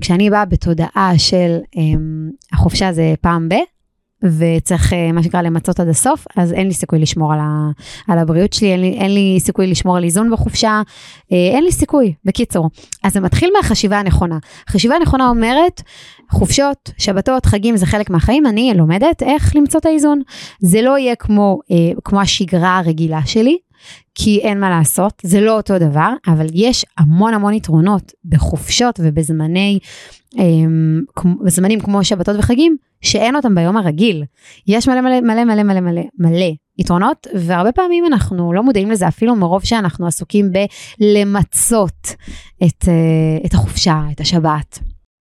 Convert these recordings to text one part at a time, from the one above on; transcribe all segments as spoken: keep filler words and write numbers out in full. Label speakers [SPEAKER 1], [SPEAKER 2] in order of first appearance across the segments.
[SPEAKER 1] כשאני באה בתודעה של החופשה זה פעם ב, וצריך מה שנקרא למצות עד הסוף, אז אין לי סיכוי לשמור על, ה, על הבריאות שלי, אין לי, אין לי סיכוי לשמור על איזון בחופשה, אין לי סיכוי, בקיצור. אז זה מתחיל מהחשיבה הנכונה. החשיבה הנכונה אומרת, חופשות, שבתות, חגים, זה חלק מהחיים, אני לומדת איך למצוא את האיזון. זה לא יהיה כמו, כמו השגרה הרגילה שלי, כי אין מה לעשות, זה לא אותו דבר, אבל יש המון המון יתרונות בחופשות ובזמני, בזמנים כמו שבתות וחגים, שאין אותם ביום הרגיל. יש מלא מלא מלא מלא מלא מלא מלא יתרונות, והרבה פעמים אנחנו לא מודעים לזה, אפילו מרוב שאנחנו עסוקים בלמצות את, את החופשה, את השבת.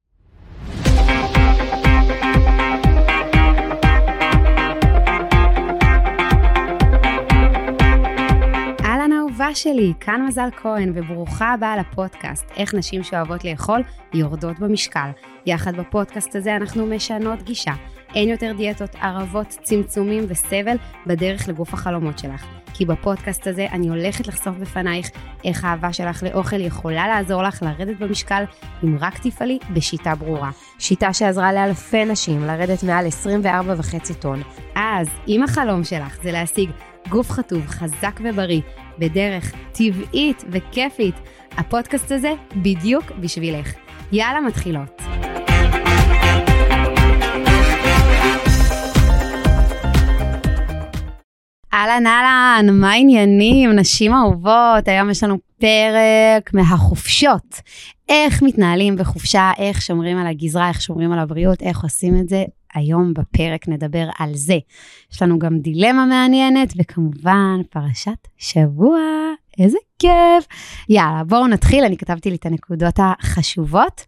[SPEAKER 1] אהובה שלי, כאן מזל כהן, וברוכה הבאה לפודקאסט, איך נשים שאוהבות לאכול יורדות במשקל. יחד בפודקאסט הזה אנחנו משנות גישה. אין יותר דיאטות, ערבות, צמצומים וסבל בדרך לגוף החלומות שלך. כי בפודקאסט הזה אני הולכת לחשוף בפנייך איך האהבה שלך לאוכל יכולה לעזור לך לרדת במשקל, אם רק תפעלי בשיטה ברורה. שיטה שעזרה לאלפי נשים לרדת מעל עשרים וארבע וחצי טון. אז אם החלום שלך זה להשיג גוף חטוב, חזק ובריא, בדרך טבעית וכיפית, הפודקאסט הזה בדיוק בשבילך. יאללה, מתחילות. אהלן אהלן, מה העניינים, נשים אהובות? היום יש לנו פרק מהחופשות. איך מתנהלים בחופשה, איך שומרים על הגזרה, איך שומרים על הבריאות, איך עושים את זה. היום בפרק נדבר על זה. יש לנו גם דילמה מעניינת, וכמובן פרשת שבוע. איזה כיף. יאללה, בואו נתחיל. אני כתבתי לי את הנקודות החשובות.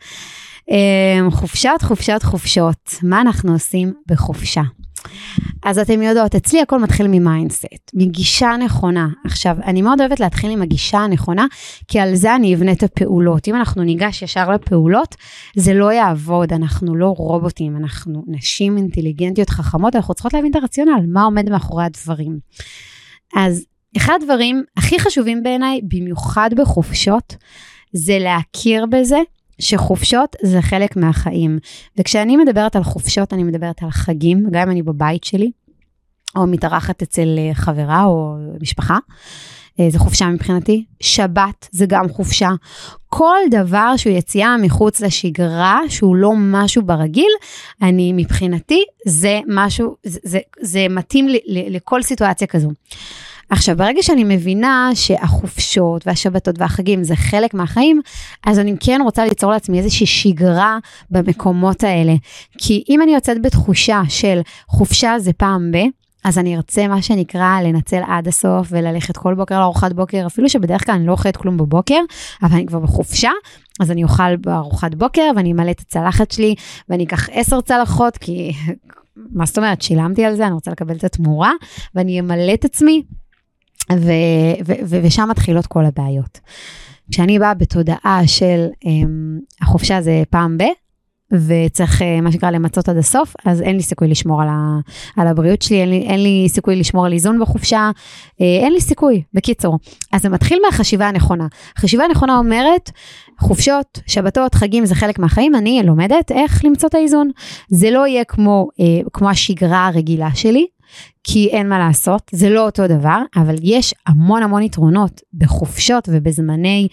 [SPEAKER 1] חופשות, חופשות, חופשות. מה אנחנו עושים בחופשה? אז אתם יודעות, אצלי הכל מתחיל ממיינדסט, מגישה נכונה. עכשיו, אני מאוד אוהבת להתחיל עם הגישה הנכונה, כי על זה אני אבנה את הפעולות. אם אנחנו ניגש ישר לפעולות, זה לא יעבוד, אנחנו לא רובוטים, אנחנו נשים אינטליגנטיות חכמות, אנחנו צריכות להבין את הרציונל, מה עומד מאחורי הדברים. אז אחד הדברים הכי חשובים בעיניי, במיוחד בחופשות, זה להכיר בזה, שחופשות זה חלק מהחיים, וכשאני מדברת על חופשות, אני מדברת על חגים, גם אם אני בבית שלי, או מתארחת אצל חברה או משפחה, זה חופשה מבחינתי. שבת זה גם חופשה. כל דבר שהוא יציאה מחוץ לשגרה, שהוא לא משהו ברגיל, אני מבחינתי, זה משהו, זה, זה, זה מתאים ל, ל, לכל סיטואציה כזו. עכשיו, ברגע שאני מבינה שהחופשות והשבתות והחגים זה חלק מהחיים, אז אני כן רוצה ליצור לעצמי איזושהי שגרה במקומות האלה. כי אם אני יוצאת בתחושה של חופשה זה פעם ב, אז אני ארצה מה שנקרא לנצל עד הסוף וללכת כל בוקר לארוחת בוקר, אפילו שבדרך כלל אני לא אוכלת כלום בבוקר, אבל אני כבר בחופשה, אז אני אוכל בארוחת בוקר ואני אמלא את הצלחת שלי, ואני אקח עשר צלחות, כי מה זאת אומרת, שילמתי על זה, אני רוצה לקבל את התמורה, ואני אמלא את עצמי, ו- ו- ו- ושם מתחילות כל הבעיות. כשאני באה בתודעה של um, החופשה זה פעם ב, וצריך uh, מה שנקרא למצות עד הסוף, אז אין לי סיכוי לשמור על, ה- על הבריאות שלי, אין לי, אין לי סיכוי לשמור על איזון בחופשה, uh, אין לי סיכוי, בקיצור. אז זה מתחיל מהחשיבה הנכונה. החשיבה הנכונה אומרת, חופשות, שבתות, חגים, זה חלק מהחיים, אני לומדת איך למצוא את האיזון. זה לא יהיה כמו, uh, כמו השגרה הרגילה שלי, כי אין מה לעשות, זה לא אותו דבר, אבל יש המון המון יתרונות בחופשות ובזמני,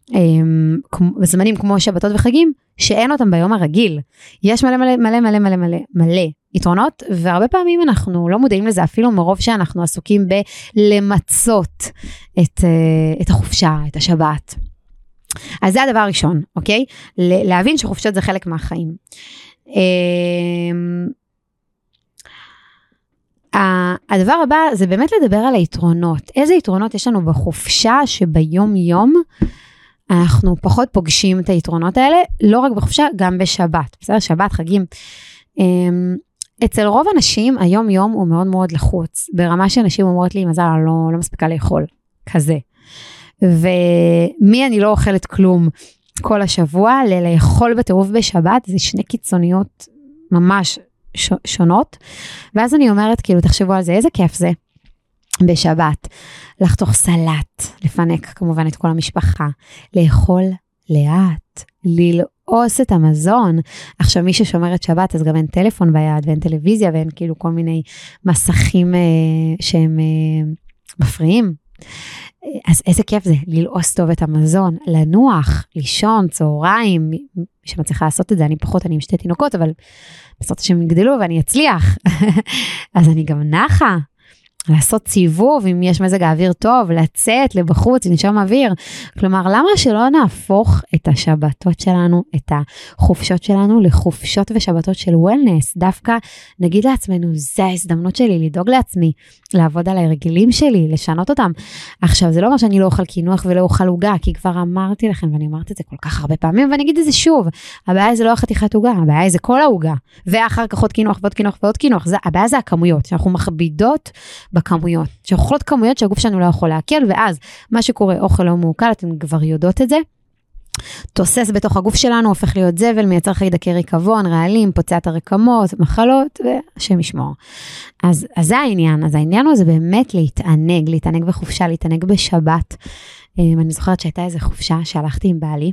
[SPEAKER 1] בזמנים כמו שבתות וחגים, שאין אותם ביום הרגיל. יש מלא מלא מלא מלא מלא מלא מלא יתרונות, והרבה פעמים אנחנו לא מודעים לזה, אפילו מרוב שאנחנו עסוקים בלמצות את, את החופשה, את השבת. אז זה הדבר הראשון, אוקיי? להבין שחופשות זה חלק מהחיים. הדבר הבא זה באמת לדבר על היתרונות. איזה יתרונות יש לנו בחופשה שביום יום אנחנו פחות פוגשים את היתרונות האלה, לא רק בחופשה, גם בשבת. בסדר, שבת, חגים. אצל רוב אנשים היום יום הוא מאוד מאוד לחוץ, ברמה שאנשים אומרות לי, מזל, אני לא, לא מספיקה לאכול, כזה. ומי אני לא אוכלת כלום כל השבוע, לאכול בטירוף בשבת, זה שני קיצוניות ממש שונות, ואז אני אומרת, כאילו, תחשבו על זה, איזה כיף זה, בשבת, לחתוך סלט, לפנק כמובן את כל המשפחה, לאכול לאט, ללעוס את המזון. עכשיו מי ששומרת שבת, אז גם אין טלפון ביד, ואין טלוויזיה, ואין כאילו כל מיני מסכים אה, שהם אה, מפריעים. אז איזה כיף זה, ללעוס טוב את המזון, לנוח, לישון, צהריים, מי שמצליחה לעשות את זה, אני פחות, אני עם שתי תינוקות, אבל בסוף שהם יגדלו ואני אצליח, אז אני גם נחה, לעשות סיבוב, אם יש מזג האוויר טוב, לצאת לבחוץ, לנשום אוויר, כלומר, למה שלא נהפוך את השבתות שלנו, את החופשות שלנו, לחופשות ושבתות של וולנס, דווקא נגיד לעצמנו, זה ההזדמנות שלי, לדאוג לעצמי, לעבוד על הרגלים שלי, לשנות אותם. עכשיו, זה לא אומר שאני לא אוכל קינוח ולא אוכל עוגה, כי כבר אמרתי לכם, ואני אמרתי את זה כל כך הרבה פעמים, ואני אגיד את זה שוב, הבעיה זה לא החתיכת עוגה, הבעיה זה כל העוגה, ואחר כך עוד קינוח ועוד קינוח ועוד קינוח, זה, הבעיה זה הכמויות, שאנחנו מכבידות בכמויות, שאוכלות כמויות שהגוף שלנו לא יכול להקל, ואז מה שקורה, אוכל לא מעוקל, אתם כבר יודעות את זה, תוסס בתוך הגוף שלנו, הופך להיות זבל, מייצר חיידקי ריקבון, רעלים, פוצע את הרקמות, מחלות, והשם ישמור. אז, אז זה העניין, אז העניין הוא זה באמת להתענג, להתענג בחופשה, להתענג בשבת. אני זוכרת שהייתה איזו חופשה שהלכתי עם בעלי,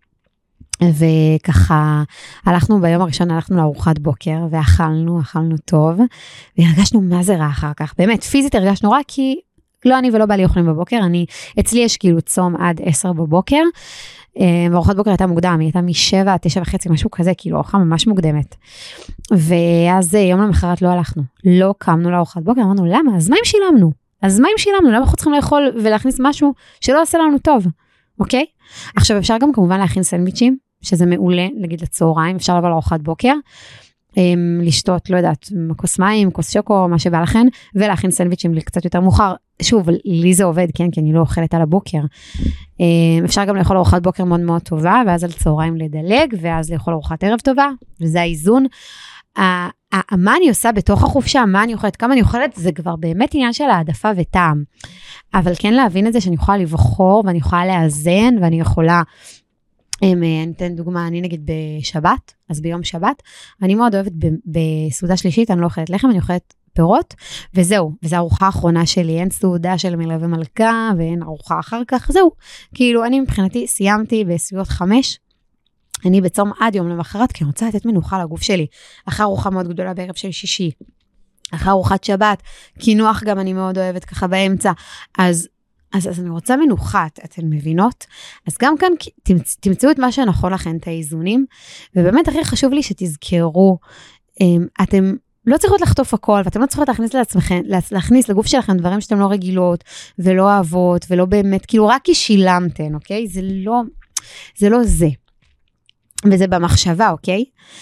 [SPEAKER 1] וככה הלכנו ביום הראשון, הלכנו לארוחת בוקר, ואכלנו, אכלנו טוב, והרגשנו מה זה רע אחר כך. באמת, פיזית הרגשנו רע, כי לא אני ולא בעלי אוכלים בבוקר, אני, אצלי יש כאילו צום עד עשר בבוקר, וארוחת בוקר הייתה מוקדם, היא הייתה משבע עד תשע וחצי, משהו כזה, כאילו ארוחה ממש מוקדמת. ואז יום למחרת לא הלכנו, לא קמנו לארוחת בוקר, אמרנו, למה? אז מה אם שילמנו? אז מה אם שילמנו? למה אנחנו צריכים לאכול ולהכניס משהו שלא עושה לנו טוב? אוקיי? עכשיו אפשר גם כמובן להכין סנדוויצ'ים, שזה מעולה, נגיד לצהריים, אפשר לבוא לארוחת בוקר, לשתות, לא יודעת, כוס מים, כוס שוקו, מה שבא לכן, ולהכין סנדוויצ'ים קצת יותר מאוחר. שוב, לי זה עובד, כן, כי אני לא אוכלת על הבוקר. אפשר גם לאכול ארוחת בוקר מאוד מאוד טובה, ואז על צהריים לדלג, ואז לאכול ארוחת ערב טובה, וזה האיזון. מה אני עושה בתוך החופשה, מה אני אוכלת, כמה אני אוכלת, זה כבר באמת עניין של העדפה וטעם. אבל כן להבין את זה שאני יכולה לבחור, ואני יכולה לאזן, ואני יכולה, אני אתן דוגמה, אני נגיד בשבת, אז ביום שבת, אני מאוד אוהבת בסעודה שלישית, אני לא אוכלת לחם, אני אוכלת פירות, וזהו, וזו ארוחה האחרונה שלי, אין סעודה של מלך ומלכה, ואין ארוחה אחר כך, זהו, כאילו אני מבחינתי סיימתי בסביבות חמש, אני בצום עד יום למחרת, כי אני רוצה לתת מנוחה לגוף שלי, אחר ארוחה מאוד גדולה בערב של שישי, אחר ארוחת שבת, קינוח גם אני מאוד אוהבת ככה באמצע, אז, אז, אז אני רוצה מנוחה, אתן מבינות? אז גם כאן תמצ, תמצאו את מה שנכון לכם, את האיזונים, ובאמת הכי חשוב לי שתזכרו, אתם לא צריכות לחטוף הכל, ואתם לא צריכות להכניס לעצמכם, להכניס לגוף שלכם דברים שאתם לא רגילות, ולא אוהבות, ולא באמת, כאילו רק כי שילמתן, אוקיי? זה לא, זה לא זה. וזה במחשבה, אוקיי?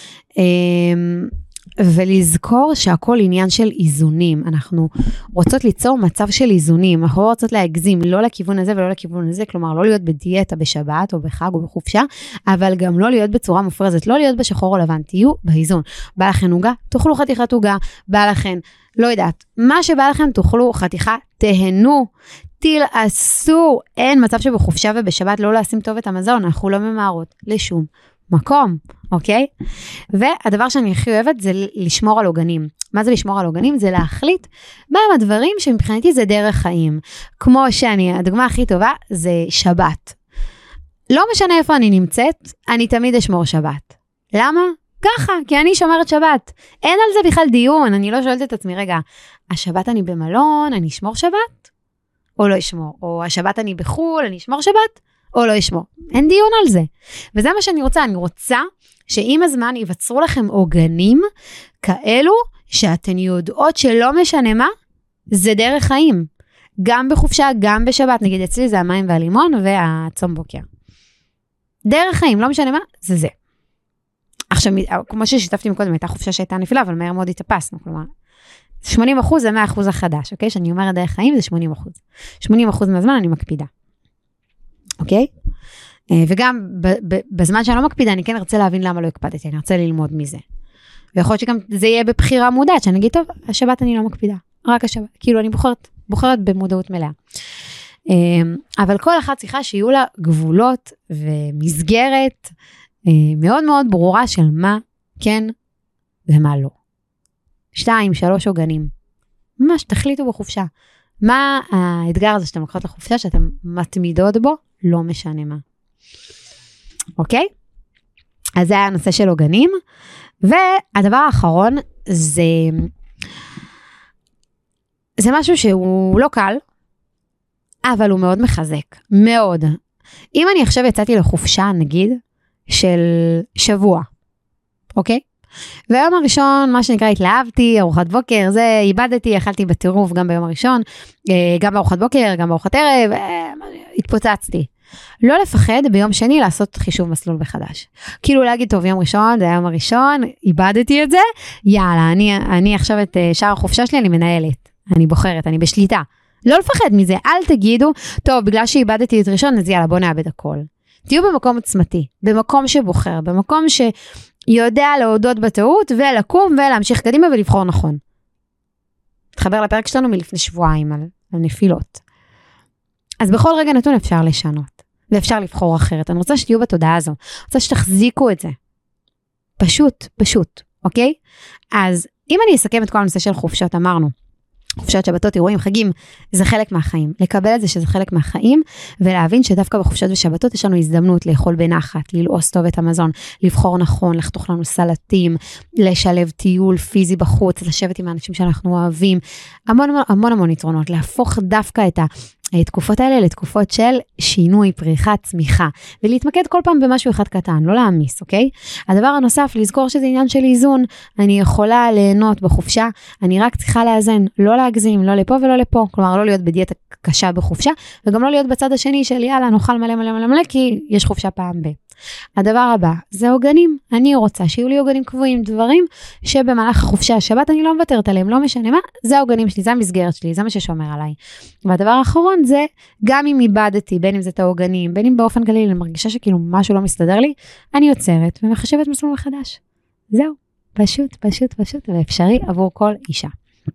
[SPEAKER 1] ולזכור שהכל עניין של איזונים, אנחנו רוצות ליצור מצב של איזונים, אנחנו לא רוצות להגזים, לא לכיוון הזה ולא לכיוון הזה, כלומר לא להיות בדיאטה בשבת או בחג או בחופשה, אבל גם לא להיות בצורה מופרזת, לא להיות בשחור או לבן, תהיו באיזון, בא לכן עוגה, תאכלו חתיכת עוגה, בא לכן, לא יודעת, מה שבא לכם תאכלו חתיכה, תהנו, תלעשו, אין מצב שבחופשה ובשבת לא לשים טוב את המזון, אנחנו לא ממהרות לשום מקום, אוקיי? והדבר שאני הכי אוהבת זה לשמור על עוגנים. מה זה לשמור על עוגנים? זה להחליט מהם הדברים שמבחינתי זה דרך חיים. כמו שאני, הדוגמה הכי טובה זה שבת. לא משנה איפה אני נמצאת, אני תמיד אשמור שבת. למה? ככה, כי אני שומרת שבת. אין על זה בכלל דיון, אני לא שואלת את עצמי, רגע, השבת אני במלון, אני אשמור שבת? או לא אשמור? או השבת אני בחול, אני אשמור שבת? או לא אשמור. אין דיון על זה. וזה מה שאני רוצה. אני רוצה שעם הזמן ייווצרו לכם עוגנים כאלו שאתן יודעות שלא משנה מה, זה דרך חיים. גם בחופשה, גם בשבת. נגיד אצלי זה המים והלימון והצום בוקר. דרך חיים, לא משנה מה, זה זה. עכשיו, כמו ששיתפתי מקודם, הייתה חופשה שהייתה נפילה, אבל מהר מאוד התאפסנו. כלומר, שמונים אחוז זה מאה אחוז החדש, אוקיי? שאני אומרת דרך חיים זה שמונים אחוז. שמונים אחוז מהזמן אני מקפידה. אוקיי? וגם בזמן שאני לא מקפידה, אני כן ארצה להבין למה לא הקפדתי, אני ארצה ללמוד מזה. ויכול להיות שגם זה יהיה בבחירה מודעת, שאני אגיד, טוב, השבת אני לא מקפידה, רק השבת, כאילו אני בוחרת, בוחרת במודעות מלאה. אבל כל אחת צריכה שיהיו לה גבולות ומסגרת מאוד מאוד ברורה של מה כן ומה לא. שתיים, שלוש עוגנים. ממש תחליטו בחופשה. מה האתגר הזה שאתם לוקחות לחופשה, שאתם מתמידות בו, לא משנה מה. אוקיי? אז זה היה הנושא של עוגנים, והדבר האחרון זה, זה משהו שהוא לא קל, אבל הוא מאוד מחזק, מאוד. אם אני עכשיו יצאתי לחופשה, נגיד, של שבוע, אוקיי? והיום הראשון, מה שנקרא, התלהבתי, ארוחת בוקר, זה, איבדתי, אכלתי בטירוף גם ביום הראשון, גם בארוחת בוקר, גם בארוחת ערב, התפוצצתי. לא לפחד ביום שני לעשות חישוב מסלול בחדש. כאילו להגיד, טוב, יום ראשון, זה היום הראשון, איבדתי את זה, יאללה, אני, אני עכשיו את שאר החופשה שלי, אני מנהלת, אני בוחרת, אני בשליטה. לא לפחד מזה, אל תגידו, טוב, בגלל שאיבדתי את ראשון, אז יאללה, בוא נאבד הכל. תהיו במקום עצמתי, במקום שבוחר, במקום שיודע להודות בטעות, ולקום ולהמשיך קדימה ולבחור נכון. תחבר לפרק שלנו מלפני שבועיים על, על נפילות. אז בכל רגע נתון אפשר לשנות, ואפשר לבחור אחרת. אני רוצה שתהיו בתודעה הזו, אני רוצה שתחזיקו את זה. פשוט, פשוט, אוקיי? אז אם אני אסכם את כל הנושא של חופשות, אמרנו, חופשות, שבתות, אירועים, חגים, זה חלק מהחיים. לקבל את זה שזה חלק מהחיים, ולהבין שדווקא בחופשות ושבתות יש לנו הזדמנות לאכול בנחת, ללעוס טוב את המזון, לבחור נכון, לחתוך לנו סלטים, לשלב טיול פיזי בחוץ, לשבת עם האנשים שאנחנו אוהבים, המון המון המון יתרונות, להפוך דווקא את ה... התקופות האלה לתקופות של שינוי, פריחה, צמיחה, ולהתמקד כל פעם במשהו אחד קטן, לא להעמיס, אוקיי? הדבר הנוסף, לזכור שזה עניין של איזון, אני יכולה ליהנות בחופשה, אני רק צריכה לאזן, לא להגזים, לא לפה ולא לפה, כלומר לא להיות בדיאטה קשה בחופשה, וגם לא להיות בצד השני של יאללה, נאכל מלא מלא מלא מלא, כי יש חופשה פעם ב. הדבר הבא, זה עוגנים, אני רוצה שיהיו לי עוגנים קבועים, דברים שבמהלך החופשה, השבת אני לא מוותרת עליהם, לא משנה מה, זה העוגנים שלי, זה המסגרת שלי, זה מה ששומר עליי. והדבר האחרון זה, גם אם איבדתי, בין אם זה את העוגנים, בין אם באופן כללי, אני מרגישה שכאילו משהו לא מסתדר לי, אני יוצרת ומחשבת מסלול מחדש. זהו, פשוט, פשוט, פשוט, ואפשרי עבור כל אישה.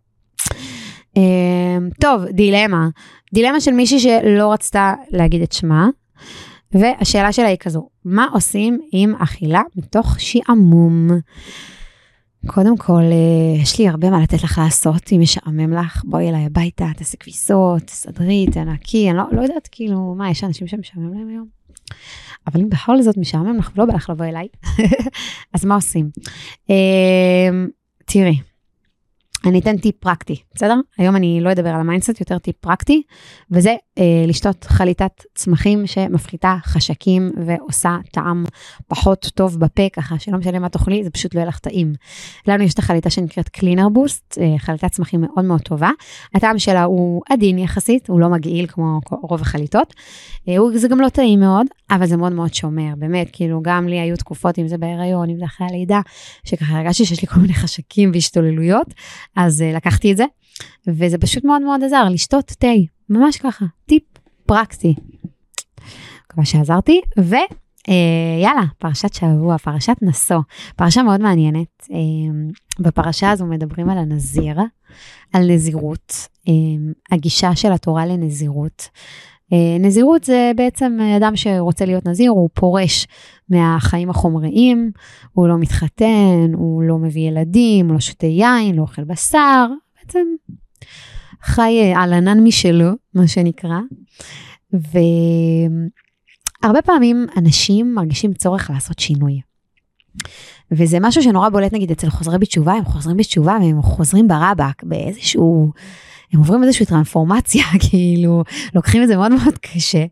[SPEAKER 1] טוב, דילמה, דילמה של מישהי שלא רצתה להגיד את שמה, והשאלה שלה היא כזו, מה עושים עם אכילה מתוך שעמום? קודם כל, יש לי הרבה מה לתת לך לעשות, אם משעמם לך, בואי אליי הביתה, תעשי כביסות, תסדרי, תנקי, אני לא, לא יודעת כאילו, מה, יש אנשים שמשעמם להם היום? אבל אם בכל זאת משעמם לך, לא בא לך לבוא אליי, אז מה עושים? תראי, אני אתן טיפ פרקטי, בסדר? היום אני לא אדבר על המיינדסט, יותר טיפ פרקטי, וזה אה, לשתות חליטת צמחים שמפחיתה חשקים ועושה טעם פחות טוב בפה, ככה שלא משנה מה תאכלי, זה פשוט לא יהיה לך טעים. לנו יש את החליטה שנקראת קלינר בוסט, אה, חליטת צמחים מאוד מאוד טובה, הטעם שלה הוא עדין יחסית, הוא לא מגעיל כמו רוב החליטות, אה, זה גם לא טעים מאוד, אבל זה מאוד מאוד שומר, באמת, כאילו גם לי היו תקופות, אם זה בהיריון, אם זה אחרי הלידה, שככה הרגשתי שיש לי כל מיני חשקים והשתוללויות, אז uh, לקחתי את זה, וזה פשוט מאוד מאוד עזר, לשתות תה, ממש ככה, טיפ פרקטי. כמו שעזרתי, ויאללה, uh, פרשת שבוע, פרשת נשוא, פרשה מאוד מעניינת, uh, בפרשה הזו מדברים על הנזיר, על נזירות, uh, הגישה של התורה לנזירות, uh, נזירות זה בעצם אדם שרוצה להיות נזיר, הוא פורש מהחיים החומריים, הוא לא מתחתן, הוא לא מביא ילדים, הוא לא שותה יין, לא אוכל בשר, בעצם חי על ענן משלו, מה שנקרא, והרבה פעמים אנשים מרגישים צורך לעשות שינוי, וזה משהו שנורא בולט נגיד אצל חוזרי בתשובה, הם חוזרים בתשובה והם חוזרים ברבק באיזשהו, הם עוברים איזושהי טרנספורמציה, כאילו, לוקחים את זה מאוד מאוד קשה,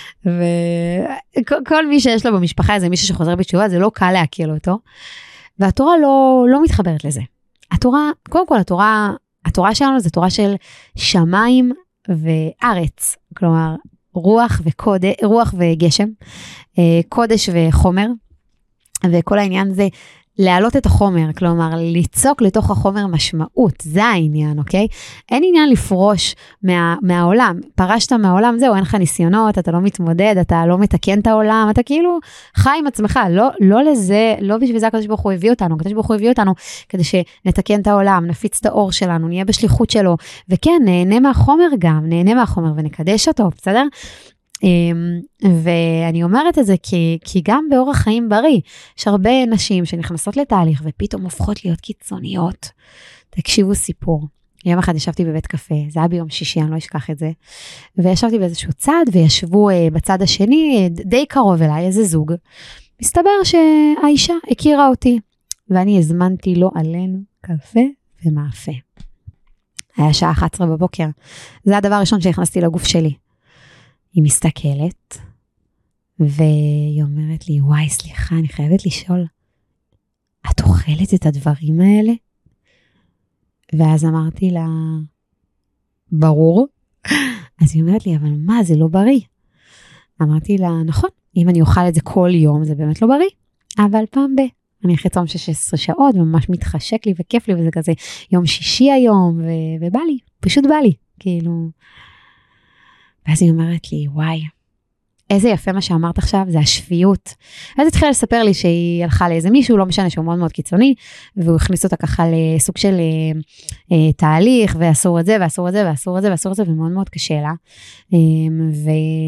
[SPEAKER 1] וכל מי שיש לו במשפחה איזה מישהו שחוזר בתשובה, זה לא קל להקל אותו, והתורה לא, לא מתחברת לזה. התורה, קודם כל התורה, התורה שלנו זה תורה של שמיים וארץ, כלומר, רוח וקודש, רוח וגשם, קודש וחומר, וכל העניין זה להעלות את החומר, כלומר, ליצוק לתוך החומר משמעות, זה העניין, אוקיי? אין עניין לפרוש מה, מהעולם, פרשת מהעולם, זהו, אין לך ניסיונות, אתה לא מתמודד, אתה לא מתקן את העולם, אתה כאילו חי עם עצמך, לא, לא לזה, לא בשביל זה הקדוש ברוך הוא הביא אותנו, הקדוש ברוך הוא הביא אותנו כדי שנתקן את העולם, נפיץ את האור שלנו, נהיה בשליחות שלו, וכן, נהנה מהחומר גם, נהנה מהחומר ונקדש אותו, בסדר? ואני אומרת את זה כי, כי גם באורח חיים בריא, יש הרבה נשים שנכנסות לתהליך ופתאום הופכות להיות קיצוניות. תקשיבו סיפור. יום אחד ישבתי בבית קפה, זה היה ביום שישי, אני לא אשכח את זה, וישבתי באיזשהו צד, וישבו בצד השני, די קרוב אליי, איזה זוג, מסתבר שהאישה הכירה אותי, ואני הזמנתי לו עלינו קפה ומאפה. היה שעה אחת עשרה בבוקר, זה הדבר הראשון שהכנסתי לגוף שלי. היא מסתכלת, והיא אומרת לי, וואי, סליחה, אני חייבת לשאול, את אוכלת את הדברים האלה? ואז אמרתי לה, ברור. אז היא אומרת לי, אבל מה, זה לא בריא. אמרתי לה, נכון, אם אני אוכל את זה כל יום, זה באמת לא בריא, אבל פעם ב... אני אחרי צום שש עשרה שעות, וממש מתחשק לי וכיף לי, וזה כזה יום שישי היום, ו- ובא לי, פשוט בא לי, כאילו. ואז היא אומרת לי, וואי, איזה יפה מה שאמרת עכשיו, זה השפיות. אז התחילה לספר לי שהיא הלכה לאיזה מישהו, לא משנה שהוא מאוד מאוד קיצוני, והוא הכניס אותה ככה לסוג של אה, אה, תהליך, ואסור את זה, ואסור את זה, ואסור את זה, ואסור את זה, ומאוד מאוד קשה לה. אה, ו...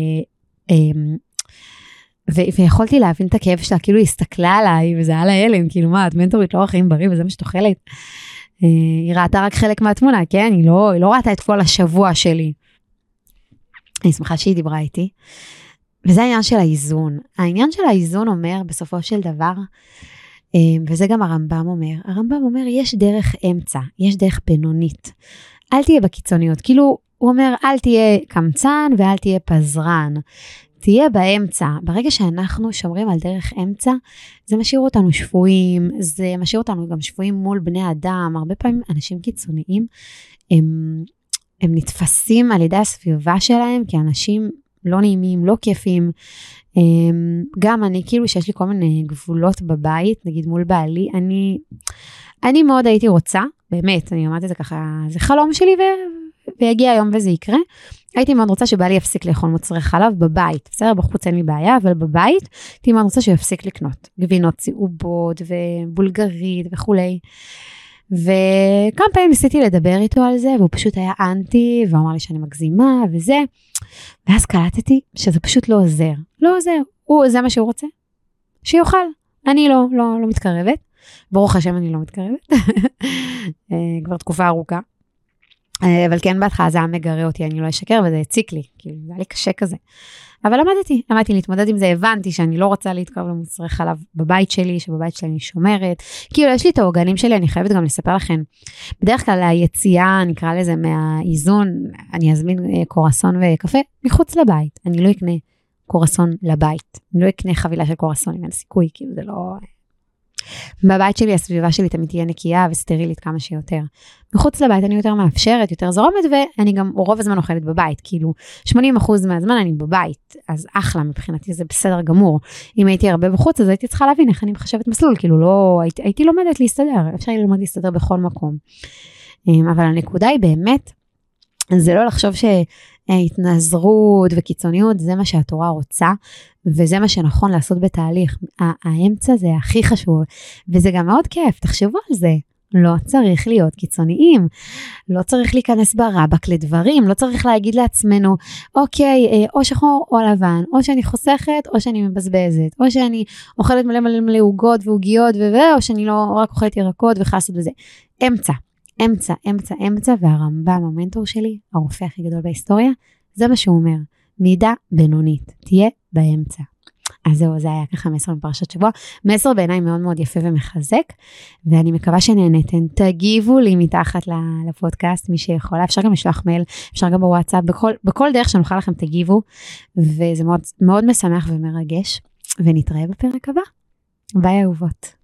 [SPEAKER 1] אה, ו- ויכולתי להבין את הכאב שלה, כאילו היא הסתכלה עליי, וזה היה לה הלם, כאילו מה, את מנטורית לא חיים בריא, וזה מה שתאכלת. אה, היא ראתה רק חלק מהתמונה, כן? היא לא, היא לא ראתה את כל השבוע שלי. אני שמחה שהיא דיברה איתי. וזה העניין של האיזון. העניין של האיזון אומר, בסופו של דבר, וזה גם הרמב"ם אומר, הרמב"ם אומר, יש דרך אמצע, יש דרך בינונית. אל תהיה בקיצוניות. כאילו, הוא אומר, אל תהיה קמצן ואל תהיה פזרן. תהיה באמצע. ברגע שאנחנו שומרים על דרך אמצע, זה משאיר אותנו שפויים, זה משאיר אותנו גם שפויים מול בני אדם. הרבה פעמים אנשים קיצוניים, הם, הם נתפסים על ידי הסביבה שלהם, כי אנשים לא נעימים, לא כיפים. גם אני, כאילו שיש לי כל מיני גבולות בבית, נגיד מול בעלי, אני, אני מאוד הייתי רוצה, באמת, אני אומרת את זה ככה, זה חלום שלי ו... ויגיע היום וזה יקרה. הייתי מאוד רוצה שבעלי יפסיק לאכול מוצרי חלב בבית. בסדר, בחוץ אין לי בעיה, אבל בבית הייתי מאוד רוצה שיפסיק לקנות גבינות צהובות ובולגרית וכולי. וכמה פעמים ניסיתי לדבר איתו על זה, והוא פשוט היה אנטי, ואמר לי שאני מגזימה וזה. ואז קלטתי שזה פשוט לא עוזר. לא עוזר. הוא, זה מה שהוא רוצה. שיוכל. אני לא, לא, לא מתקרבת. ברוך השם אני לא מתקרבת. כבר תקופה ארוכה. אבל כן, בהתחלה זה היה מגרה אותי, אני לא אשקר, וזה הציק לי, כאילו, זה היה לי קשה כזה. אבל למדתי, למדתי להתמודד עם זה, הבנתי שאני לא רוצה להתקרב למוצרי חלב בבית שלי, שבבית שלי אני שומרת, כאילו, יש לי את האורגנים שלי, אני חייבת גם לספר לכם, בדרך כלל היציאה, נקרא לזה מהאיזון, אני אזמין קורסון וקפה, מחוץ לבית, אני לא אקנה קורסון לבית, אני לא אקנה חבילה של קורסון, אם אין סיכוי, כאילו, זה לא... בבית שלי, הסביבה שלי תמיד תהיה נקייה וסטרילית כמה שיותר. מחוץ לבית אני יותר מאפשרת, יותר זורמת, ואני גם רוב הזמן אוכלת בבית, כאילו שמונים אחוז מהזמן אני בבית, אז אחלה מבחינתי, זה בסדר גמור. אם הייתי הרבה בחוץ, אז הייתי צריכה להבין איך אני מחשבת מסלול, כאילו לא, הייתי, הייתי לומדת להסתדר, אפשר ללמוד להסתדר בכל מקום. אבל הנקודה היא באמת, זה לא לחשוב שהתנזרות וקיצוניות, זה מה שהתורה רוצה, וזה מה שנכון לעשות בתהליך. האמצע זה הכי חשוב, וזה גם מאוד כיף, תחשבו על זה. לא צריך להיות קיצוניים, לא צריך להיכנס ברבק לדברים, לא צריך להגיד לעצמנו, אוקיי, או שחור או לבן, או שאני חוסכת, או שאני מבזבזת, או שאני אוכלת מלא מלא מלא עוגות ועוגיות, או שאני לא רק אוכלת ירקות וחסות וזה. אמצע, אמצע, אמצע, אמצע, והרמב"ם, המנטור שלי, הרופא הכי גדול בהיסטוריה, זה מה שהוא אומר, מידה בינונית, תהיה באמצע. אז זהו, זה היה ככה מסר מפרשת שבוע, מסר בעיניי מאוד מאוד יפה ומחזק, ואני מקווה שנהנתן, תגיבו לי מתחת לפודקאסט, מי שיכולה, אפשר גם לשלוח מייל, אפשר גם בוואטסאפ, בכל, בכל דרך שנוכל לכם תגיבו, וזה מאוד, מאוד משמח ומרגש, ונתראה בפרק הבא. ביי אהובות.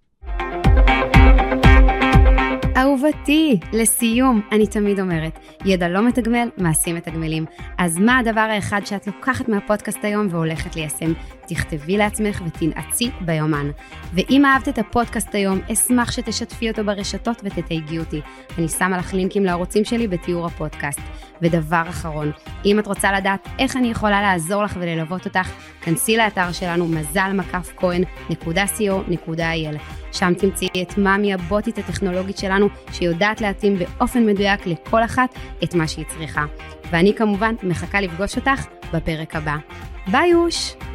[SPEAKER 1] אהובתי, לסיום, אני תמיד אומרת, ידע לא מתגמל, מעשים מתגמלים. אז מה הדבר האחד שאת לוקחת מהפודקאסט היום והולכת ליישם? תכתבי לעצמך ותנעצי ביומן. ואם אהבת את הפודקאסט היום, אשמח שתשתפי אותו ברשתות ותתייגי אותי. אני שמה לך לינקים לערוצים שלי בתיאור הפודקאסט. ודבר אחרון, אם את רוצה לדעת איך אני יכולה לעזור לך וללוות אותך, כנסי לאתר שלנו מזל מקף כהן נקודה סי או נקודה איי אל. שם תמצאי את מאמי הבוטית הטכנולוגית שלנו, שיודעת להתאים באופן מדויק לכל אחת את מה שהיא צריכה. ואני כמובן מחכה לפגוש אותך בפרק הבא. ביי יוש!